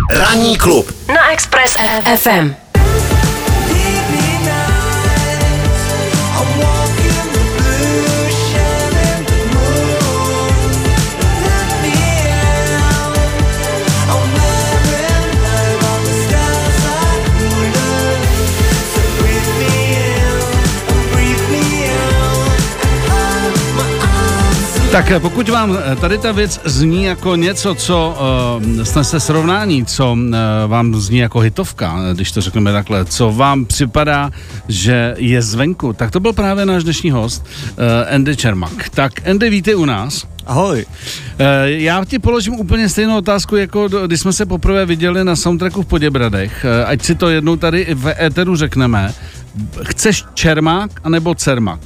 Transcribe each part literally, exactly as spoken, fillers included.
Ranní klub na Express ef em. Tak pokud vám tady ta věc zní jako něco, co uh, snese srovnání, co uh, vám zní jako hitovka, když to řekneme takhle, co vám připadá, že je zvenku, tak to byl právě náš dnešní host, uh, Andy Čermak. Tak Andy, vítej u nás. Ahoj. Uh, já ti položím úplně stejnou otázku, jako když jsme se poprvé viděli na soundtracku v Poděbradech, uh, ať si to jednou tady v éteru řekneme. Chceš Čermák anebo Cermak?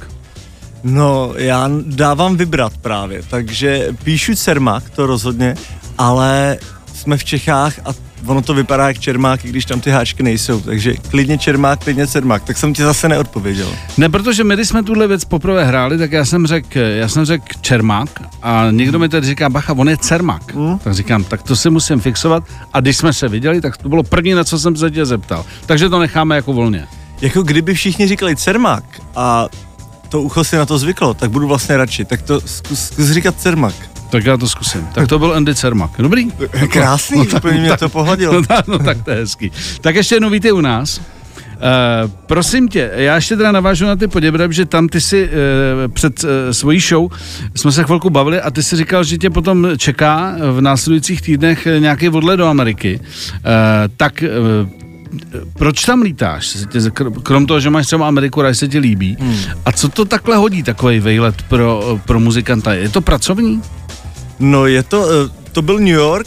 No, já dávám vybrat právě, takže píšu Cermak, to rozhodně, ale jsme v Čechách a ono to vypadá jak Čermák, i když tam ty háčky nejsou, takže klidně Čermák, klidně Cermak, tak jsem ti zase neodpověděl. Ne, protože my, když jsme tuhle věc poprvé hráli, tak já jsem řekl, já jsem řekl Čermák a někdo mi tady říká, bacha, on je Cermak. Hmm. Tak říkám, tak to si musím fixovat a když jsme se viděli, tak to bylo první, na co jsem se tě zeptal. Takže to necháme jako volně. Jako kdyby všichni říkali Cermak a to ucho si na to zvyklo, tak budu vlastně radši. Tak to zkus, zkus říkat Cermak. Tak já to zkusím. Tak to byl Andy Čermak. Dobrý? Krásný, no, úplně mě to pohladilo. No, tak, no tak to je hezký. Tak ještě jednou vítej u nás. Uh, prosím tě, já ještě teda navážu na ty Poděbrady, že tam ty si uh, před uh, svojí show jsme se chvilku bavili a ty si říkal, že tě potom čeká v následujících týdnech nějaký odlet do Ameriky. Uh, tak uh, proč tam lítáš? Krom toho, že máš třeba Ameriku, která se ti líbí. Hmm. A co to takhle hodí, takovej vejlet pro, pro muzikanta? Je to pracovní? No je to, to byl New York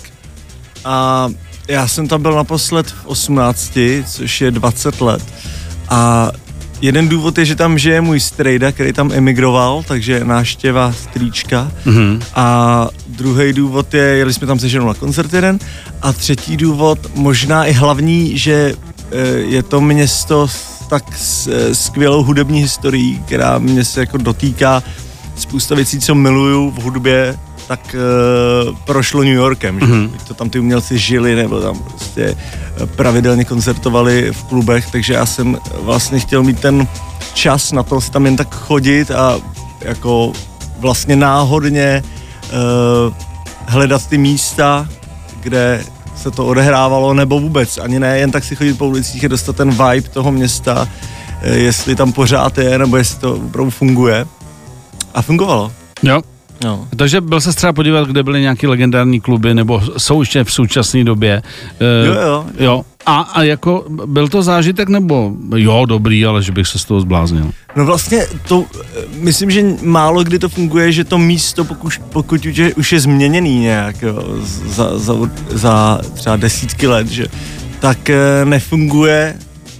a já jsem tam byl naposled v osmnácti, což je dvacet let. A jeden důvod je, že tam žije můj strejda, který tam emigroval, takže návštěva strýčka. Mm-hmm. A druhý důvod je, jeli jsme tam se ženou na koncert jeden. A třetí důvod, možná i hlavní, že je to město s tak skvělou hudební historií, která mě se jako dotýká. Spousta věcí, co miluju v hudbě, tak uh, prošlo New Yorkem, že mm-hmm. to tam ty umělci žili, nebo tam prostě pravidelně koncertovali v klubech, takže já jsem vlastně chtěl mít ten čas na to si tam jen tak chodit a jako vlastně náhodně uh, hledat ty místa, kde se to odehrávalo, nebo vůbec, ani ne, jen tak si chodit po ulicích a dostat ten vibe toho města, uh, jestli tam pořád je, nebo jestli to opravdu funguje. A fungovalo. Jo. No. Takže byl se třeba podívat, kde byly nějaký legendární kluby, nebo jsou ještě v současné době. Jo, jo. jo. A, a jako byl to zážitek, nebo jo, dobrý, ale že bych se z toho zbláznil? No vlastně to, myslím, že málo kdy to funguje, že to místo, pokud, pokud už, je, už je změněný nějak, jo, za, za, za třeba desítky let, že, tak nefunguje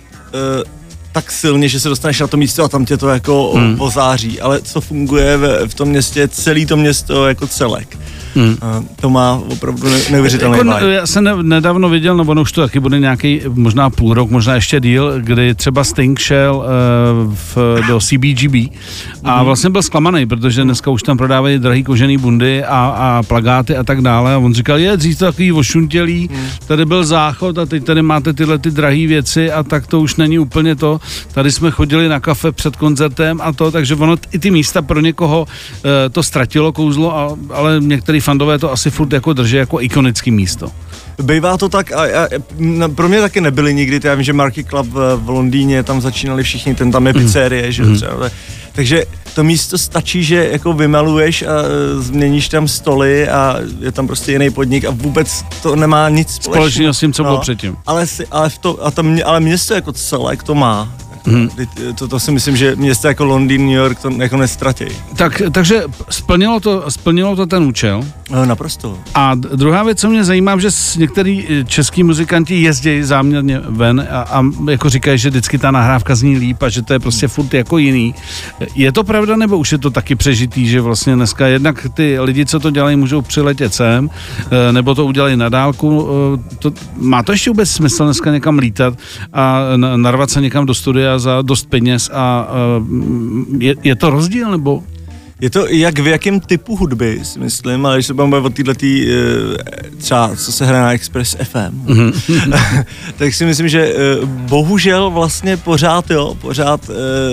tak silně, že se dostaneš na to místo a tam tě to jako hmm. ozáří, ale co funguje v, v tom městě, celý to město jako celek. Hmm. To má opravdu neuvěřitelný jako, vibe. Já jsem ne, nedávno viděl, no ono už to taky bude nějaký možná půl rok, možná ještě díl, kdy třeba Sting šel uh, v, do C B G B a hmm. vlastně byl zklamaný, protože dneska už tam prodávají drahý kožený bundy a, a plagáty a tak dále a on říkal, je, dřív to takový ošuntělý, hmm. tady byl záchod a teď tady máte tyhle ty drahý věci a tak to už není úplně to. Tady jsme chodili na kafe před koncertem a to, takže ono i ty místa pro někoho uh, to ztratilo kouzlo, a, ale některý fandové to asi furt jako drží jako ikonický místo. Bývá to tak a, a pro mě taky nebyly nikdy, já vím, že Marky Club v Londýně, tam začínali všichni, ten tam je pizzerie, mm. že mm. třeba, takže to místo stačí, že jako vymaluješ a změníš tam stoly a je tam prostě jiný podnik a vůbec to nemá nic společného. Společného s tím, co no, bylo předtím. Ale, si, ale, v to, a to, ale město jako celek to má. Hmm. To, to si myslím, že města jako Londýn, New York to jako nestratí. Tak, takže splnilo to, splnilo to ten účel? No, naprosto. A druhá věc, co mě zajímá, že některý český muzikanti jezdí záměrně ven a, a jako říkají, že vždycky ta nahrávka zní líp a že to je prostě furt jako jiný. Je to pravda, nebo už je to taky přežitý, že vlastně dneska jednak ty lidi, co to dělají, můžou přiletět sem, nebo to udělají na dálku. To, má to ještě vůbec smysl dneska někam lítat a narvat se někam do studia za dost peněz a je, je to rozdíl, nebo? Je to jak v jakém typu hudby, si myslím, ale když se budeme o této třeba, co se hraje na Express F M, mm-hmm. tak si myslím, že bohužel vlastně pořád, jo, pořád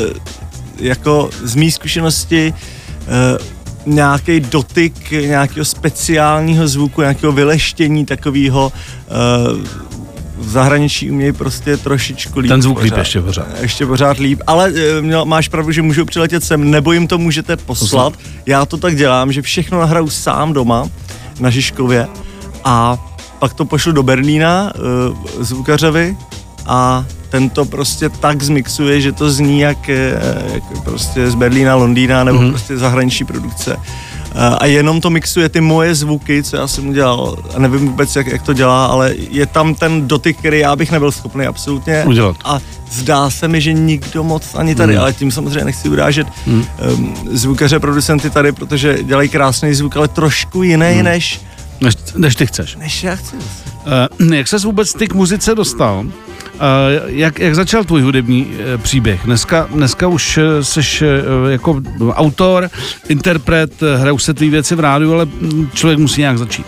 jako z mý zkušenosti nějaký dotyk nějakého speciálního zvuku, nějakého vyleštění takového v zahraničí umějí prostě trošičku líp. Ten zvuk líp ještě pořád. Ještě pořád líp, ale měl, máš pravdu, že můžu přiletět sem, nebo jim to můžete poslat. Já to tak dělám, že všechno nahraju sám doma na Žižkově a pak to pošlu do Berlína uh, zvukařovi a ten to prostě tak zmixuje, že to zní jak, jak prostě z Berlína, Londýna nebo mm-hmm. prostě zahraniční produkce. A jenom to mixuje ty moje zvuky, co já jsem udělal. A nevím vůbec, jak, jak to dělá, ale je tam ten dotyk, který já bych nebyl schopný absolutně udělat. A zdá se mi, že nikdo moc ani tady, mm. ale tím samozřejmě nechci urážet mm. um, zvukaře, producenty tady, protože dělají krásný zvuk, ale trošku jiný, mm. než, než... Než ty chceš. Než já chci. Uh, jak ses vůbec ty k muzice dostal? Uh, jak, jak začal tvůj hudební uh, příběh? Dneska, dneska už uh, seš uh, jako autor, interpret, uh, hrajou se tvý věci v rádiu, ale člověk musí nějak začít.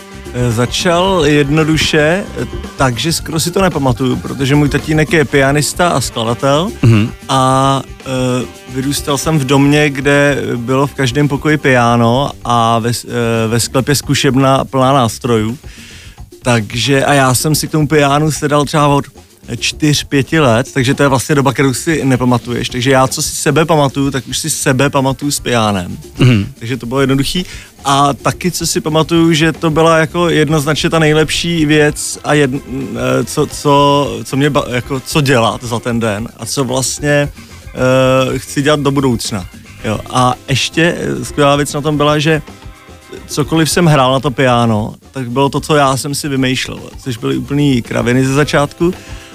Začal jednoduše, takže skoro si to nepamatuju, protože můj tatínek je pianista a skladatel mm-hmm. a uh, vyrůstal jsem v domě, kde bylo v každém pokoji piano a ve, uh, ve sklepě zkušebna plná nástrojů. Takže a já jsem si k tomu pianu sedal třeba od čtyř, pěti let, takže to je vlastně doba, kterou si nepamatuješ. Takže já, co si sebe pamatuju, tak už si sebe pamatuju s pianem. Mm. Takže to bylo jednoduchý. A taky, co si pamatuju, že to byla jako jednoznačně ta nejlepší věc a jedn, co, co, co mě jako co dělat za ten den a co vlastně uh, chci dělat do budoucna. Jo. A ještě skvělá věc na tom byla, že cokoliv jsem hrál na to piano, tak bylo to, co já jsem si vymýšlel, což byly úplný kraviny ze začátku,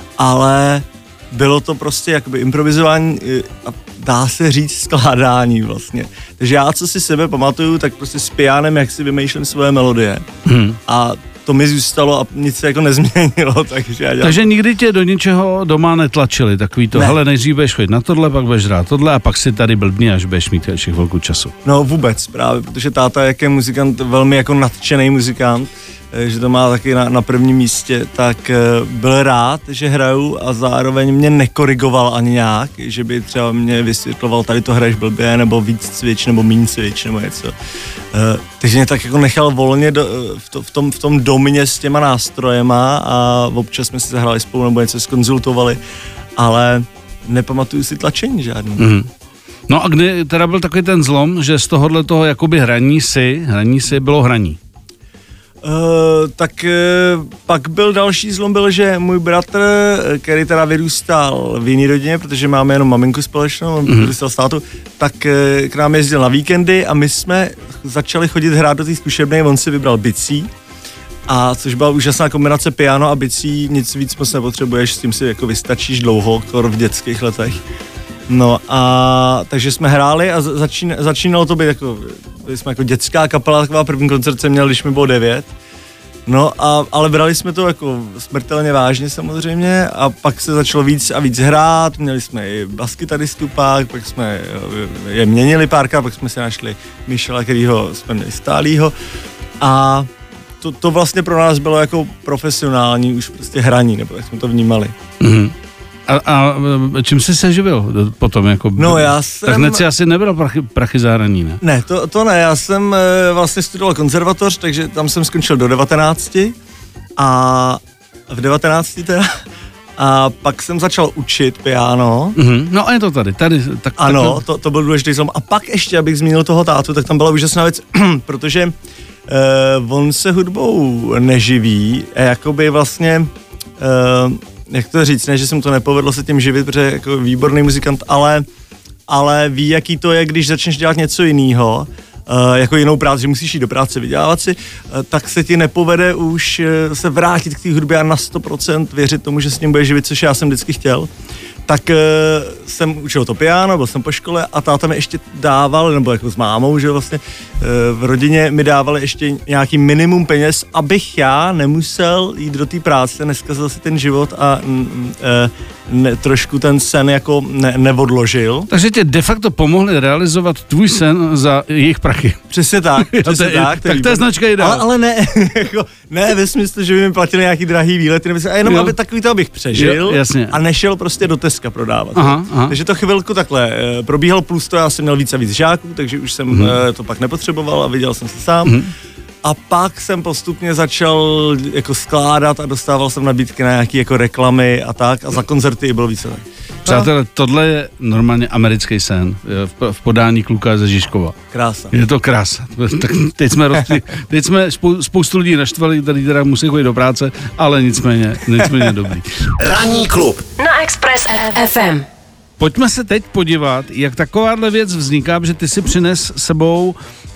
ale bylo to prostě jakoby improvizování a dá se říct skládání vlastně. Takže já, co si sebe pamatuju, tak prostě s pianem, jak si vymýšlím svoje melodie. Hmm. A to mi zůstalo a nic se jako nezměnilo, takže já dělám. Takže nikdy tě do ničeho doma netlačili, takový to, ne. Hele, nejdřív budeš chodit na tohle, pak budeš hrát tohle a pak si tady blbni, až budeš mít ještě chvilku času. No vůbec právě, protože táta, jak je muzikant, velmi jako nadšený muzikant, že to má taky na, na prvním místě, tak byl rád, že hraju a zároveň mě nekorigoval ani nějak, že by třeba mě vysvětloval, tady to hraješ blbě, nebo víc cvič, nebo míň cvič, nebo něco. Uh, takže mě tak jako nechal volně do, v, to, v, tom, v tom domě s těma nástrojema a občas jsme si zahráli spolu, nebo něco skonzultovali, ale nepamatuju si tlačení žádný. Mm. No a kdy teda byl takový ten zlom, že z tohohle toho jakoby hraní si, hraní si bylo hraní? Uh, tak uh, pak byl další zlom, byl, že můj bratr, který teda vyrůstal v jiný rodině, protože máme jenom maminku společnou, on mm-hmm. vyrůstal z tátu, tak uh, k nám jezdil na víkendy a my jsme začali chodit hrát do té zkušebny, on si vybral bicí, a což byla úžasná kombinace piano a bicí, nic víc moc nepotřebuješ, s tím si jako vystačíš dlouho, skoro v dětských letech. No a takže jsme hráli a začín, začínalo to být jako, byli jsme jako dětská kapela, taková první koncert jsem měl, když mi bylo devět. No a, ale brali jsme to jako smrtelně vážně samozřejmě a pak se začalo víc a víc hrát, měli jsme i baskytaristu pak, pak jsme je měnili párkrát, pak jsme si našli Michela, kterýho jsme měli stálýho a to, to vlastně pro nás bylo jako profesionální už prostě hraní, nebo jak jsme to vnímali. Mm-hmm. A, a čím jsi se živil potom? Jako, no já jsem... Tak hned si asi nebral prachy, prachy za hraní, ne? Ne, to, to ne, já jsem e, vlastně studoval konzervatoř, takže tam jsem skončil do devatenácti a v devatenácti teda a pak jsem začal učit piano. Mm-hmm. No a je to tady, tady. Tak, ano, tak... to, to byl důležitý zlom. A pak ještě, abych zmínil toho tátu, tak tam byla úžasná věc, protože e, on se hudbou neživí a jakoby vlastně... E, jak to říct, ne, že se mu to nepovedlo se tím živit, protože je jako výborný muzikant, ale, ale ví, jaký to je, když začneš dělat něco jiného, uh, jako jinou práci, že musíš jít do práce vydělávat si, uh, tak se ti nepovede už uh, se vrátit k té hudbě a na sto procent věřit tomu, že s ním bude živit, což já jsem vždycky chtěl. Tak uh, jsem učil to piano, byl jsem po škole a táta mi ještě dával, nebo jako s mámou, že vlastně uh, v rodině mi dávali ještě nějaký minimum peněz, abych já nemusel jít do té práce, neskazil si ten život a uh, ne, trošku ten sen jako ne, neodložil. Takže tě de facto pomohli realizovat tvůj sen za jejich prachy. Přesně tak, přesně to je, tak. Tak to je značka Ideál. Ale, ale ne, jako, ne ve smyslu, že by mi platili nějaký drahý výlety, nebo a jenom jo. aby takový to abych přežil jo, jasně. a nešel prostě do Teska prodávat. Aha, aha. Takže to chvilku takhle e, probíhal, plus to já jsem měl víc a víc žáků, takže už jsem hmm. e, to pak nepotřeboval a viděl jsem se sám. Hmm. A pak jsem postupně začal jako skládat a dostával jsem nabídky na nějaké jako reklamy a tak a za koncerty i bylo více tak. Přátelé, tohle je normálně americký sen v, v podání Kluka ze Žižkova. Krása. Je to krása. Tak teď jsme, rozpli, teď jsme spou, spoustu lidí naštvali, tady teda musí chodit do práce, ale nicméně, nicméně dobrý. Ranní klub na Express ef em. Pojďme se teď podívat, jak takováhle věc vzniká, protože ty si přines sebou,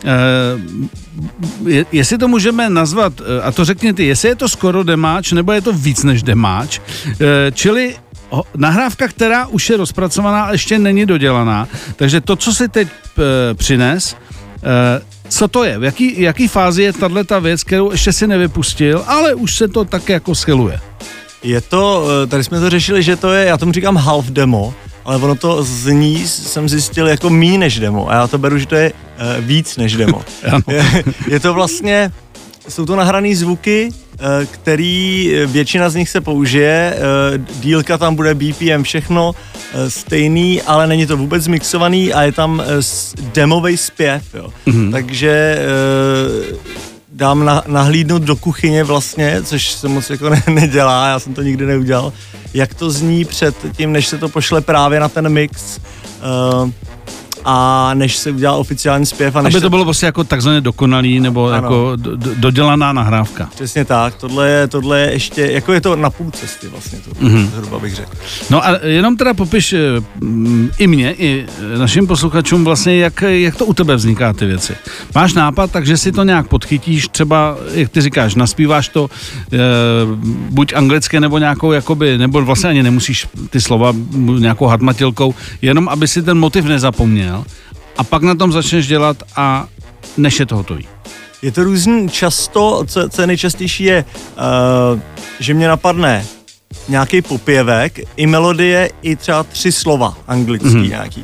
eh, jestli to můžeme nazvat, a to řekni ty, jestli je to skoro demáč, nebo je to víc než demáč, eh, čili nahrávka, která už je rozpracovaná a ještě není dodělaná, takže to, co si teď e, přines, e, co to je? V jaký, jaký fázi je tato věc, kterou ještě si nevypustil, ale už se to tak jako schyluje? Je to, tady jsme to řešili, že to je, já tomu říkám half demo, ale ono to zní, jsem zjistil, jako míň než demo a já to beru, že to je e, víc než demo. je, je to vlastně, jsou to nahrané zvuky, který většina z nich se použije, dílka tam bude B P M, všechno stejný, ale není to vůbec mixovaný a je tam demovej zpěv, jo. Mm-hmm. Takže dám na, nahlídnout do kuchyně vlastně, což se moc jako ne, nedělá, já jsem to nikdy neudělal, jak to zní před tím, než se to pošle právě na ten mix, a než se udělá oficiální zpěv. A než aby to se... bylo prostě jako takzvaně dokonalý nebo ano. jako do, do, dodělaná nahrávka. Přesně tak, tohle je, tohle je ještě, jako je to na půl cesty vlastně, to mm-hmm. zhruba bych řekl. No a jenom teda popiš mm, i mě, i našim posluchačům vlastně, jak, jak to u tebe vzniká ty věci. Máš nápad, takže si to nějak podchytíš, třeba, jak ty říkáš, naspíváš to e, buď anglicky nebo nějakou, jakoby, nebo vlastně ani nemusíš ty slova nějakou hatmatilkou, jenom aby si ten motiv nezapomněl. A pak na tom začneš dělat a než je to hotový. Je to různý, často, co, co je nejčastější je, uh, že mě napadne nějaký popěvek, i melodie, i třeba tři slova anglický mm-hmm. nějaký.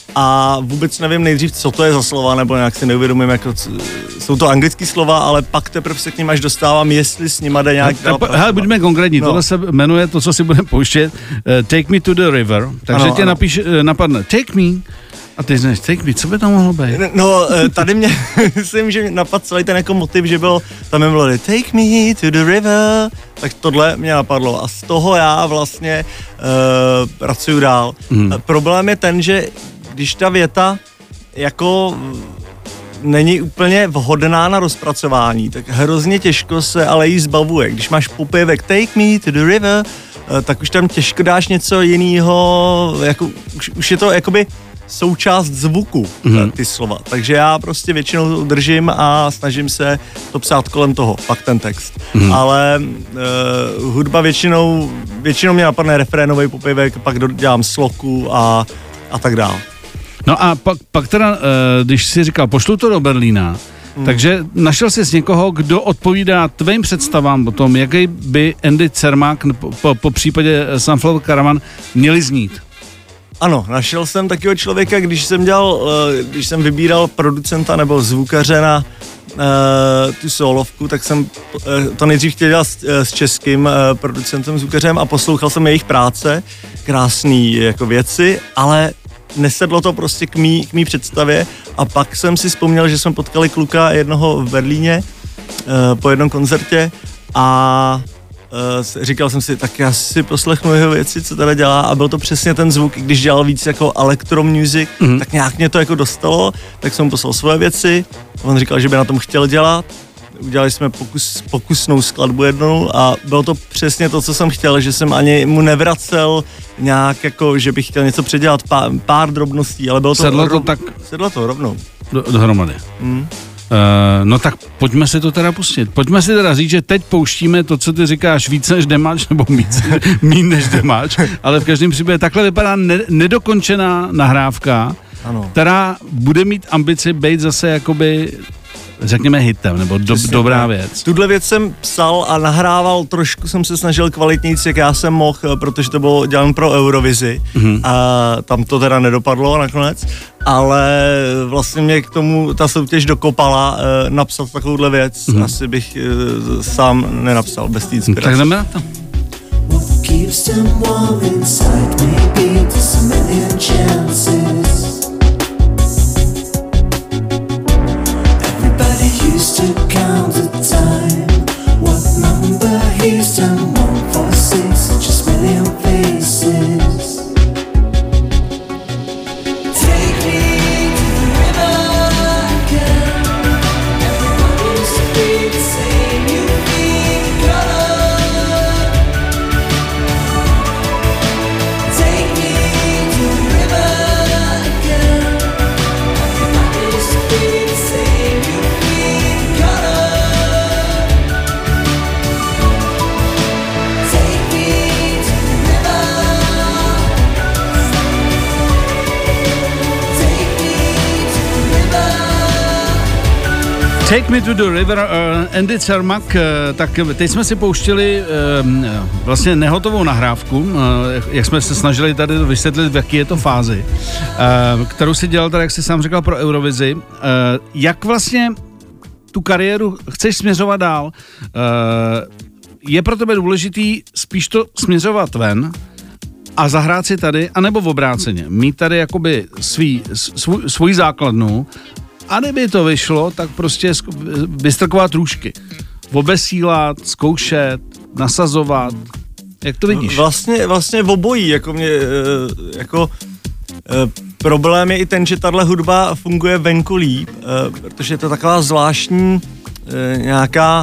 A vůbec nevím nejdřív, co to je za slova, nebo nějak si neuvědomím, jako, jsou to anglický slova, ale pak teprve se k ním až dostávám, jestli s nima jde nějak dál. Hele, buďme konkrétní, no. Tohle se jmenuje to, co si budeme pouštět, uh, Take Me to the River, takže ano, tě ano. Napíš, uh, napadne Take Me. A ty znaš, take me, co by tam mohlo být? No, tady mě, myslím, že napadl celý ten jako motiv, že byl, tam je melodie Take me to the river, tak tohle mě napadlo a z toho já vlastně uh, pracuju dál. Hmm. Problém je ten, že když ta věta jako není úplně vhodná na rozpracování, tak hrozně těžko se ale jí zbavuje. Když máš popěvek Take me to the river, uh, tak už tam těžko dáš něco jiného, jako, už, už je to jakoby součást zvuku, mm-hmm. ty slova. Takže já prostě většinou držím a snažím se to psát kolem toho, pak ten text. Mm-hmm. Ale uh, hudba většinou, většinou mě napadne refrénový popěvek, pak dělám sloku a, a tak dál. No a pak, pak teda, uh, když jsi říkal, pošlu to do Berlína, mm. takže našel jsi někoho, kdo odpovídá tvým představám o tom, jaký by Andy Cermak po, po, po případě Sunflower Caravan měli znít. Ano, našel jsem takového člověka, když jsem dělal, když jsem vybíral producenta nebo zvukaře na uh, tu solovku, tak jsem uh, to nejdřív chtěl dělat s, s českým uh, producentem, zvukařem a poslouchal jsem jejich práce, krásný jako věci, ale nesedlo to prostě k mý, k mý představě a pak jsem si vzpomněl, že jsme potkali kluka jednoho v Berlíně uh, po jednom koncertě a Uh, říkal jsem si, tak já si poslechnu jeho věci, co teda dělá a byl to přesně ten zvuk, když dělal víc jako electromusic, mm-hmm. tak nějak mě to jako dostalo, tak jsem mu poslal svoje věci, on říkal, že by na tom chtěl dělat, udělali jsme pokus, pokusnou skladbu jednou a bylo to přesně to, co jsem chtěl, že jsem ani mu nevracel nějak jako, že bych chtěl něco předělat, pár, pár drobností, ale bylo to... Sedlo rov, to tak... Sedlo to rovnou. Do, dohromady. Mm. Uh, no tak pojďme si to teda pustit. Pojďme si teda říct, že teď pouštíme to, co ty říkáš, víc než demáč, nebo víc, míň než demáč, ale v každém případě takhle vypadá ne, nedokončená nahrávka, ano. která bude mít ambici být zase jakoby řekněme, hitem, nebo do, dobrá věc. Tuhle věc jsem psal a nahrával, trošku jsem se snažil kvalitnějc, jak já jsem mohl, protože to bylo dělané pro Eurovizi mm-hmm. a tam to teda nedopadlo nakonec, ale vlastně mě k tomu ta soutěž dokopala eh, napsat takovouhle věc. Mm-hmm. Asi bych eh, sám nenapsal bez té inspirace. Tak jdeme na to. Keeps them warm inside, maybe there's a million chances. Everybody used to count the time. What number? Houston, one four six, just million faces. Take me to the river again. Everybody used to be the same. You be the color. Take me to the river, uh, Andy Cermak, uh, tak teď jsme si pouštili uh, vlastně nehotovou nahrávku, uh, jak jsme se snažili tady vysvětlit, v jaký je to fázi, uh, kterou si dělal tady, jak jsi sám říkal, pro Eurovizi. Uh, jak vlastně tu kariéru chceš směřovat dál? Uh, je pro tebe důležitý spíš to směřovat ven a zahrát si tady, anebo v obráceně? Mít tady jakoby svý, svůj, svůj základnu, a kdyby to vyšlo, tak prostě vystrkovat růžky. Obesílat, zkoušet, nasazovat. Jak to vidíš? Vlastně, vlastně v obojí. Jako mě, jako, problém je i ten, že tahle hudba funguje venku líp, protože je to taková zvláštní nějaká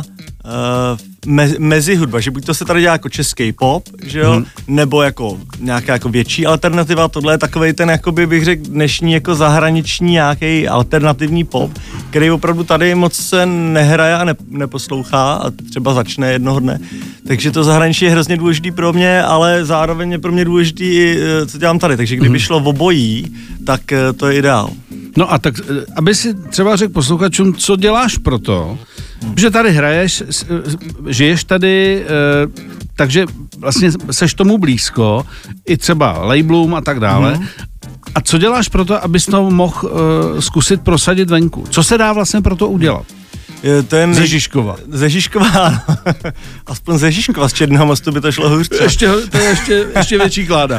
me, mezi hudba, že buď to se tady dělá jako český pop, že jo, hmm. nebo jako nějaká jako větší alternativa, tohle je takovej ten, jakoby bych řekl, dnešní jako zahraniční nějaký alternativní pop, který opravdu tady moc se nehraje a ne, neposlouchá a třeba začne jednoho dne. Takže to zahraničí je hrozně důležitý pro mě, ale zároveň je pro mě důležitý i co dělám tady, takže kdyby hmm. šlo v obojí, tak to je ideál. No a tak, aby si třeba řekl posluchačům, co děláš pro to, že tady hraješ, žiješ tady, takže vlastně seš tomu blízko, i třeba labelům a tak dále. Mm. A co děláš pro to, abys to mohl zkusit prosadit venku? Co se dá vlastně pro to udělat? To je ze Žižkova. Ze Žižkova, ano. Aspoň ze Žižkova, z Černého mostu by to šlo hůř. Ještě, to je ještě, ještě větší kláda.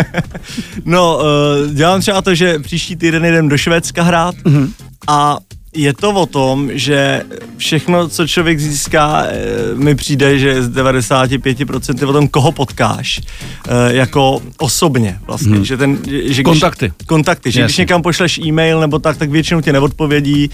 No, dělám třeba to, že příští týden jdem do Švédska hrát mm-hmm. a je to o tom, že všechno, co člověk získá, mi přijde, že z devadesát pět procent je o tom, koho potkáš, jako osobně vlastně. Hmm. Že ten, že kontakty. Když, kontakty, že Jasně. Když někam pošleš e-mail nebo tak, tak většinou tě neodpovědí,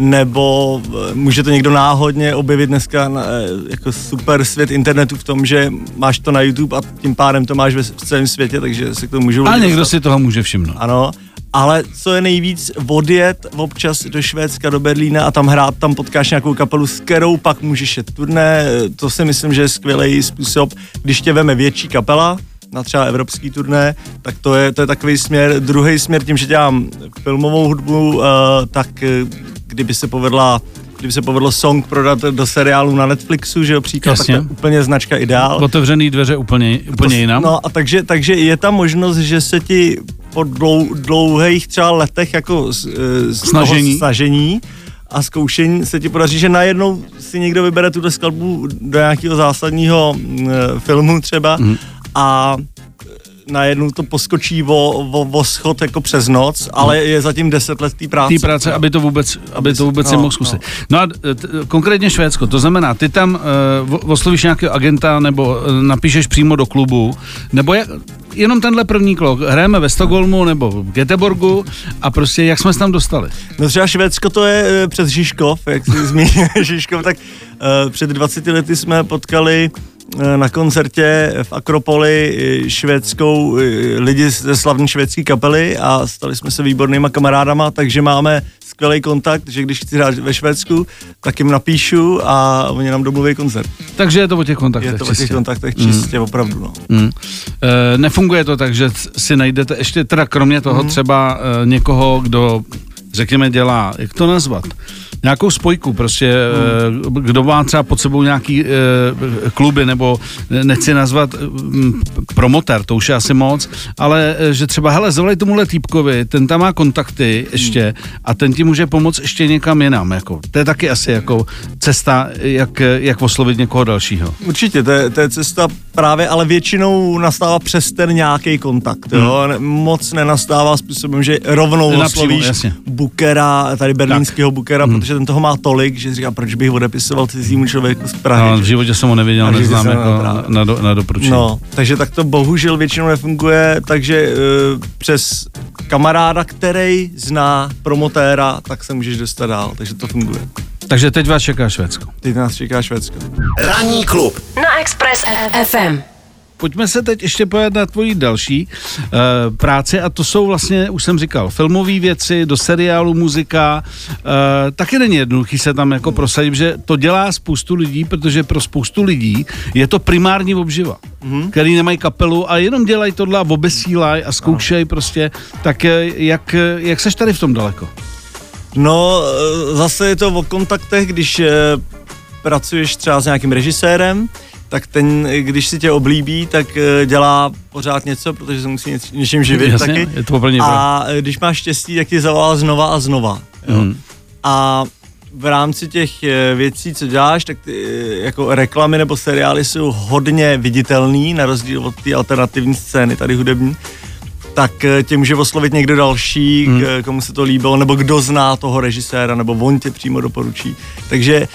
nebo může to někdo náhodně objevit dneska na, jako super svět internetu v tom, že máš to na YouTube a tím pádem to máš ve celém světě, takže se k tomu můžu... A někdo si toho může všimnout. Ano. Ale co je nejvíc, odjet občas do Švédska, do Berlína a tam hrát, tam potkáš nějakou kapelu, s kterou pak můžeš jet turné, to si myslím, že je skvělý způsob, když tě veme větší kapela, na třeba evropský turné, tak to je, to je takový směr. Druhý směr, tím, že dělám filmovou hudbu, uh, tak kdyby se povedla kdyby se povedlo song prodat do seriálu na Netflixu, že jo, příklad, Jasně. tak to je úplně značka ideál. Otevřený dveře úplně, úplně to, jinam. No a takže, takže je ta možnost, že se ti po dlou, dlouhých třeba letech jako z, z snažení. snažení a zkoušení se ti podaří, že najednou si někdo vybere tuto skladbu do nějakého zásadního uh, filmu třeba mm. a najednou to poskočí o, o, o schod jako přes noc, ale je zatím deset let té práce. Té práce, aby to vůbec, aby to vůbec no, si mohl zkusit. No, no a t- konkrétně Švédsko, to znamená, ty tam uh, oslovíš nějakého agenta nebo uh, napíšeš přímo do klubu, nebo jak, jenom tenhle první krok, hrajeme ve Stockholmu nebo v Göteborgu a prostě jak jsme se tam dostali? No třeba Švédsko to je uh, přes Žižkov, jak jsi zmínil Žižkov, tak uh, před dvaceti lety jsme potkali na koncertě v Akropoli švédskou lidi ze slavné švédské kapely a stali jsme se výbornýma kamarádama, takže máme skvělý kontakt, že když chci hrát ve Švédsku, tak jim napíšu a oni nám domluví koncert. Takže je to o těch kontaktech Je to čistě. o těch kontaktech čistě, mm. opravdu, no. Mm. E, nefunguje to tak, že si najdete ještě teda kromě toho mm. třeba e, někoho, kdo řekněme dělá, jak to nazvat, nějakou spojku, prostě hmm. kdo má třeba pod sebou nějaký uh, kluby, nebo nechci nazvat um, promotér, to už je asi moc, ale že třeba, hele, zavolej tomuhle týpkovi, ten tam má kontakty ještě hmm. a ten ti může pomoct ještě někam jinam, jako. To je taky asi jako cesta, jak, jak oslovit někoho dalšího. Určitě, to je, to je cesta právě, ale většinou nastává přes ten nějaký kontakt, jo? Hmm. Moc nenastává způsobem, že rovnou oslovíš bookera, tady berlínského bookera, hmm. protože ten toho má tolik, že říká, proč bych odepisoval cizímu člověku z Prahy. No, v životě jsem ho neviděl, neznám jako na, na, do, na doporučení. No, takže tak to bohužel většinou nefunguje, takže uh, přes kamaráda, který zná promotéra, tak se můžeš dostat dál, takže to funguje. Takže teď vás čeká Švédsko. Teď nás čeká Švédsko. Ranní klub Na Express F M. Pojďme se teď ještě pojet na tvoji další uh, práci a to jsou vlastně, už jsem říkal, filmové věci, do seriálu muzika. Uh, taky není jednoduchý se tam jako prosadit, že to dělá spoustu lidí, protože pro spoustu lidí je to primární obživa, mm-hmm. který nemají kapelu a jenom dělají tohle a obesílají a zkoušejí prostě. Tak jak, jak seš tady v tom daleko? No, zase je to o kontaktech, když eh, pracuješ třeba s nějakým režisérem, tak ten, když si tě oblíbí, tak uh, dělá pořád něco, protože se musí něč, něčím živit. Jasně, taky. Je to úplně a pravda. Když máš štěstí, tak ti zavolá znova a znova. Jo. Mm. A v rámci těch věcí, co děláš, tak ty, jako reklamy nebo seriály jsou hodně viditelný, na rozdíl od té alternativní scény, tady hudební. Tak tě může oslovit někdo další, hmm. komu se to líbilo, nebo kdo zná toho režiséra, nebo on tě přímo doporučí. Takže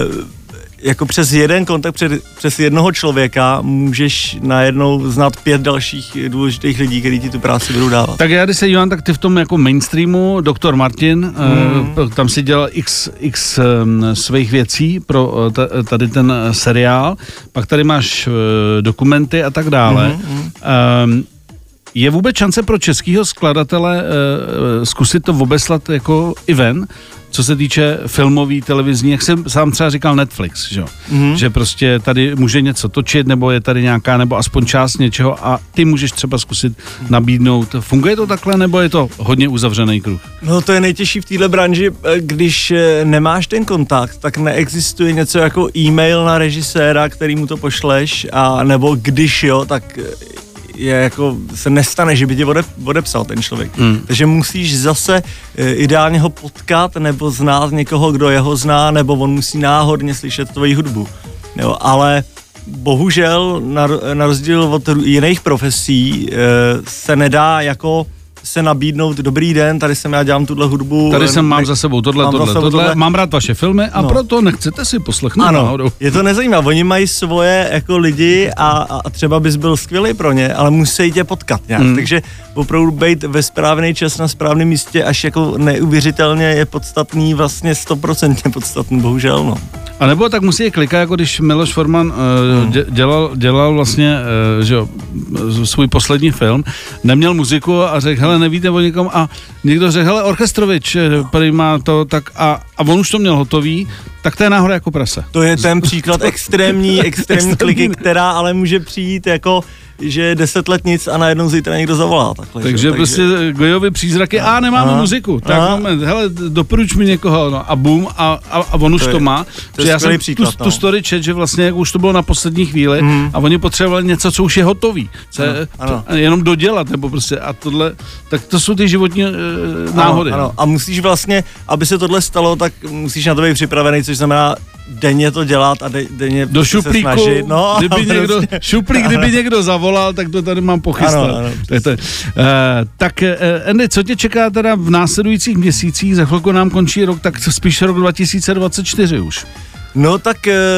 jako přes jeden kontakt, přes, přes jednoho člověka můžeš najednou znát pět dalších důležitých lidí, kteří ti tu práci budou dávat. Tak já, když se dívám, tak ty v tom jako mainstreamu, doktor Martin, hmm. uh, tam si dělal x, x um, svých věcí pro uh, t- tady ten seriál, pak tady máš uh, dokumenty a tak dále. Hmm. Um, Je vůbec šance pro českého skladatele uh, zkusit to obeslat jako event, co se týče filmový, televizní, jak jsem sám třeba říkal Netflix, že, mm-hmm. že prostě tady může něco točit, nebo je tady nějaká, nebo aspoň část něčeho a ty můžeš třeba zkusit nabídnout. Funguje to takhle, nebo je to hodně uzavřený kruh? No to je nejtěžší v téhle branži, když nemáš ten kontakt, tak neexistuje něco jako e-mail na režiséra, který mu to pošleš, a nebo když jo, tak je jako, se nestane, že by tě ode, odepsal ten člověk. Hmm. Takže musíš zase e, ideálně ho potkat nebo znát někoho, kdo jeho zná, nebo on musí náhodně slyšet tvoji hudbu. Jo, ale bohužel na, na rozdíl od jiných profesí e, se nedá jako se nabídnout, dobrý den, tady jsem, já dělám tuhle hudbu. Tady jsem, mám za sebou tohle, tohle, tohle, tohle, tohle, mám rád vaše filmy a no. proto nechcete si poslechnout ano, náhodou. Je to nezajímavé, oni mají svoje jako lidi a, a třeba bys byl skvělý pro ně, ale musí tě potkat nějak, hmm. takže opravdu být ve správný čas na správném místě až jako neuvěřitelně je podstatný, vlastně stoprocentně podstatný, bohužel, no. A nebo tak musí klikat, jako když Miloš Forman uh, dělal, dělal vlastně uh, že jo, svůj poslední film, neměl muziku a řekl, hele, nevíte o někom, a někdo řekl, hele, Orchestrovič, který má to, tak a, a on už to měl hotový, tak to je náhoda jako prase. To je ten příklad extrémní, extrémní kliky, která ale může přijít jako, že je deset let nic a najednou zítra někdo zavolá. Takhle, takže že? prostě Gojovi přízraky, a nemáme aha, muziku, tak aha. moment, hele, doporuč mi někoho, no, a bum, a, a, a on už to, to má. To já jsem příklad, tu, no. tu story chat, že vlastně jak už to bylo na poslední chvíli mm. a oni potřebovali něco, co už je hotový, co je, ano, ano. jenom dodělat, nebo prostě a tohle, tak to jsou ty životní e, náhody. Ano, ano. A musíš vlastně, aby se tohle stalo, tak musíš na to být připravený, což znamená denně to dělat a de, denně do šuplíku, se snažit. No, kdyby někdo, prostě. šuplík, kdyby někdo zavolal, tak to tady mám pochystat. Ano, ano, tak, to, uh, tak uh, Andy, co tě čeká teda v následujících měsících? Za chvilku nám končí rok, tak spíš rok dva tisíce dvacet čtyři už. No tak...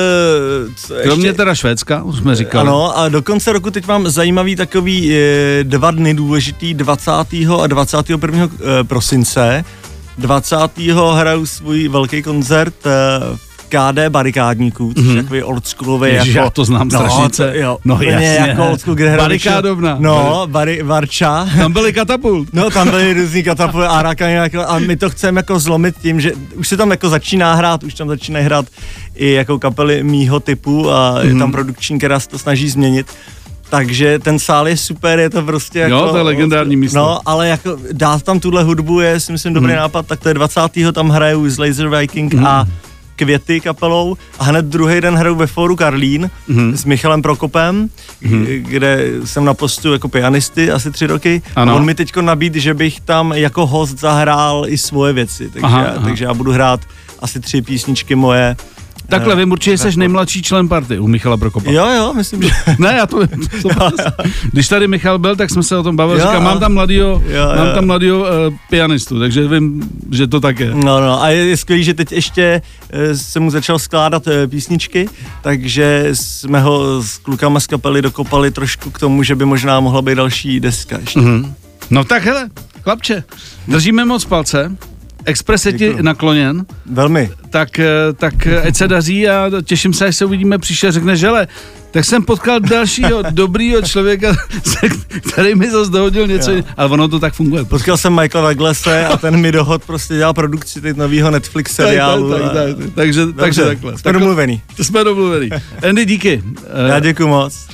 Uh, co Kromě ještě? teda Švédska, už jsme říkali. Ano, a do konce roku teď mám zajímavý takový uh, dva dny důležitý, dvacátého a dvacátého prvního Uh, prosince. dvacátého hraju svůj velký koncert uh, K D Barikádníků, což mm-hmm. je takový oldsschoolový. Ježiš, jako, já to znám no, strašnice. Jo, no jasně. Jako oldschool, kde hraju. Barikádovna. No, bari, Varča. Tam byly katapult. No, tam byly různý katapult a rakany, a my to chceme jako zlomit tím, že už se tam jako začíná hrát, už tam začínají hrát i jako kapely mýho typu a mm. je tam produkční, která se to snaží změnit. takže ten sál je super, je to prostě jako... Jo, to je legendární místo. No, ale jako dát tam tuhle hudbu je, si myslím, dobrý hmm. nápad, tak to je dvacátého tam hrajou z Laser Viking hmm. a Květy kapelou a hned druhý den hraju ve Fóru Karlín mm-hmm. s Michalem Prokopem, mm-hmm. kde jsem na postu jako pianisty asi tři roky. Ano. A on mi teďko nabídl, že bych tam jako host zahrál i svoje věci, takže, aha, já, aha. takže já budu hrát asi tři písničky moje. Takhle, vím, určitě jsi nejmladší člen party u Michala Prokopa. Jo, jo, myslím, že... Ne, já to vím. Když tady Michal byl, tak jsme se o tom bavili. Jo, říkám, mám tam mladýho, jo, mám jo. tam mladýho uh, pianistu, takže vím, že to tak je. No, no, a je, je skvělý, že teď ještě uh, jsem mu začal skládat uh, písničky, takže jsme ho s klukama z kapely dokopali trošku k tomu, že by možná mohla být další deska ještě. Mm-hmm. No tak hele, chlapče, držíme moc palce. Express je ti nakloněn. Velmi. Tak, tak ať se daří a těším se, až se uvidíme příště, řekneš, hele, tak jsem potkal dalšího dobrýho člověka, který mi zase dohodil něco, jo. ale ono to tak funguje. Potkal jsem Michaela Douglase a ten mi dohod prostě dělal produkci teď novýho Netflix seriálu. Tak, tak, tak, tak, takže, Dobře, takže takhle. Jsme domluvený. To jsme domluvený. Andy, díky. Já děkuju moc.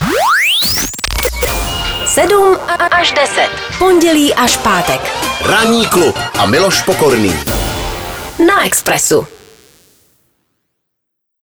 sedm až deset. Pondělí až pátek. Ranní klub a Miloš Pokorný. Na Expressu.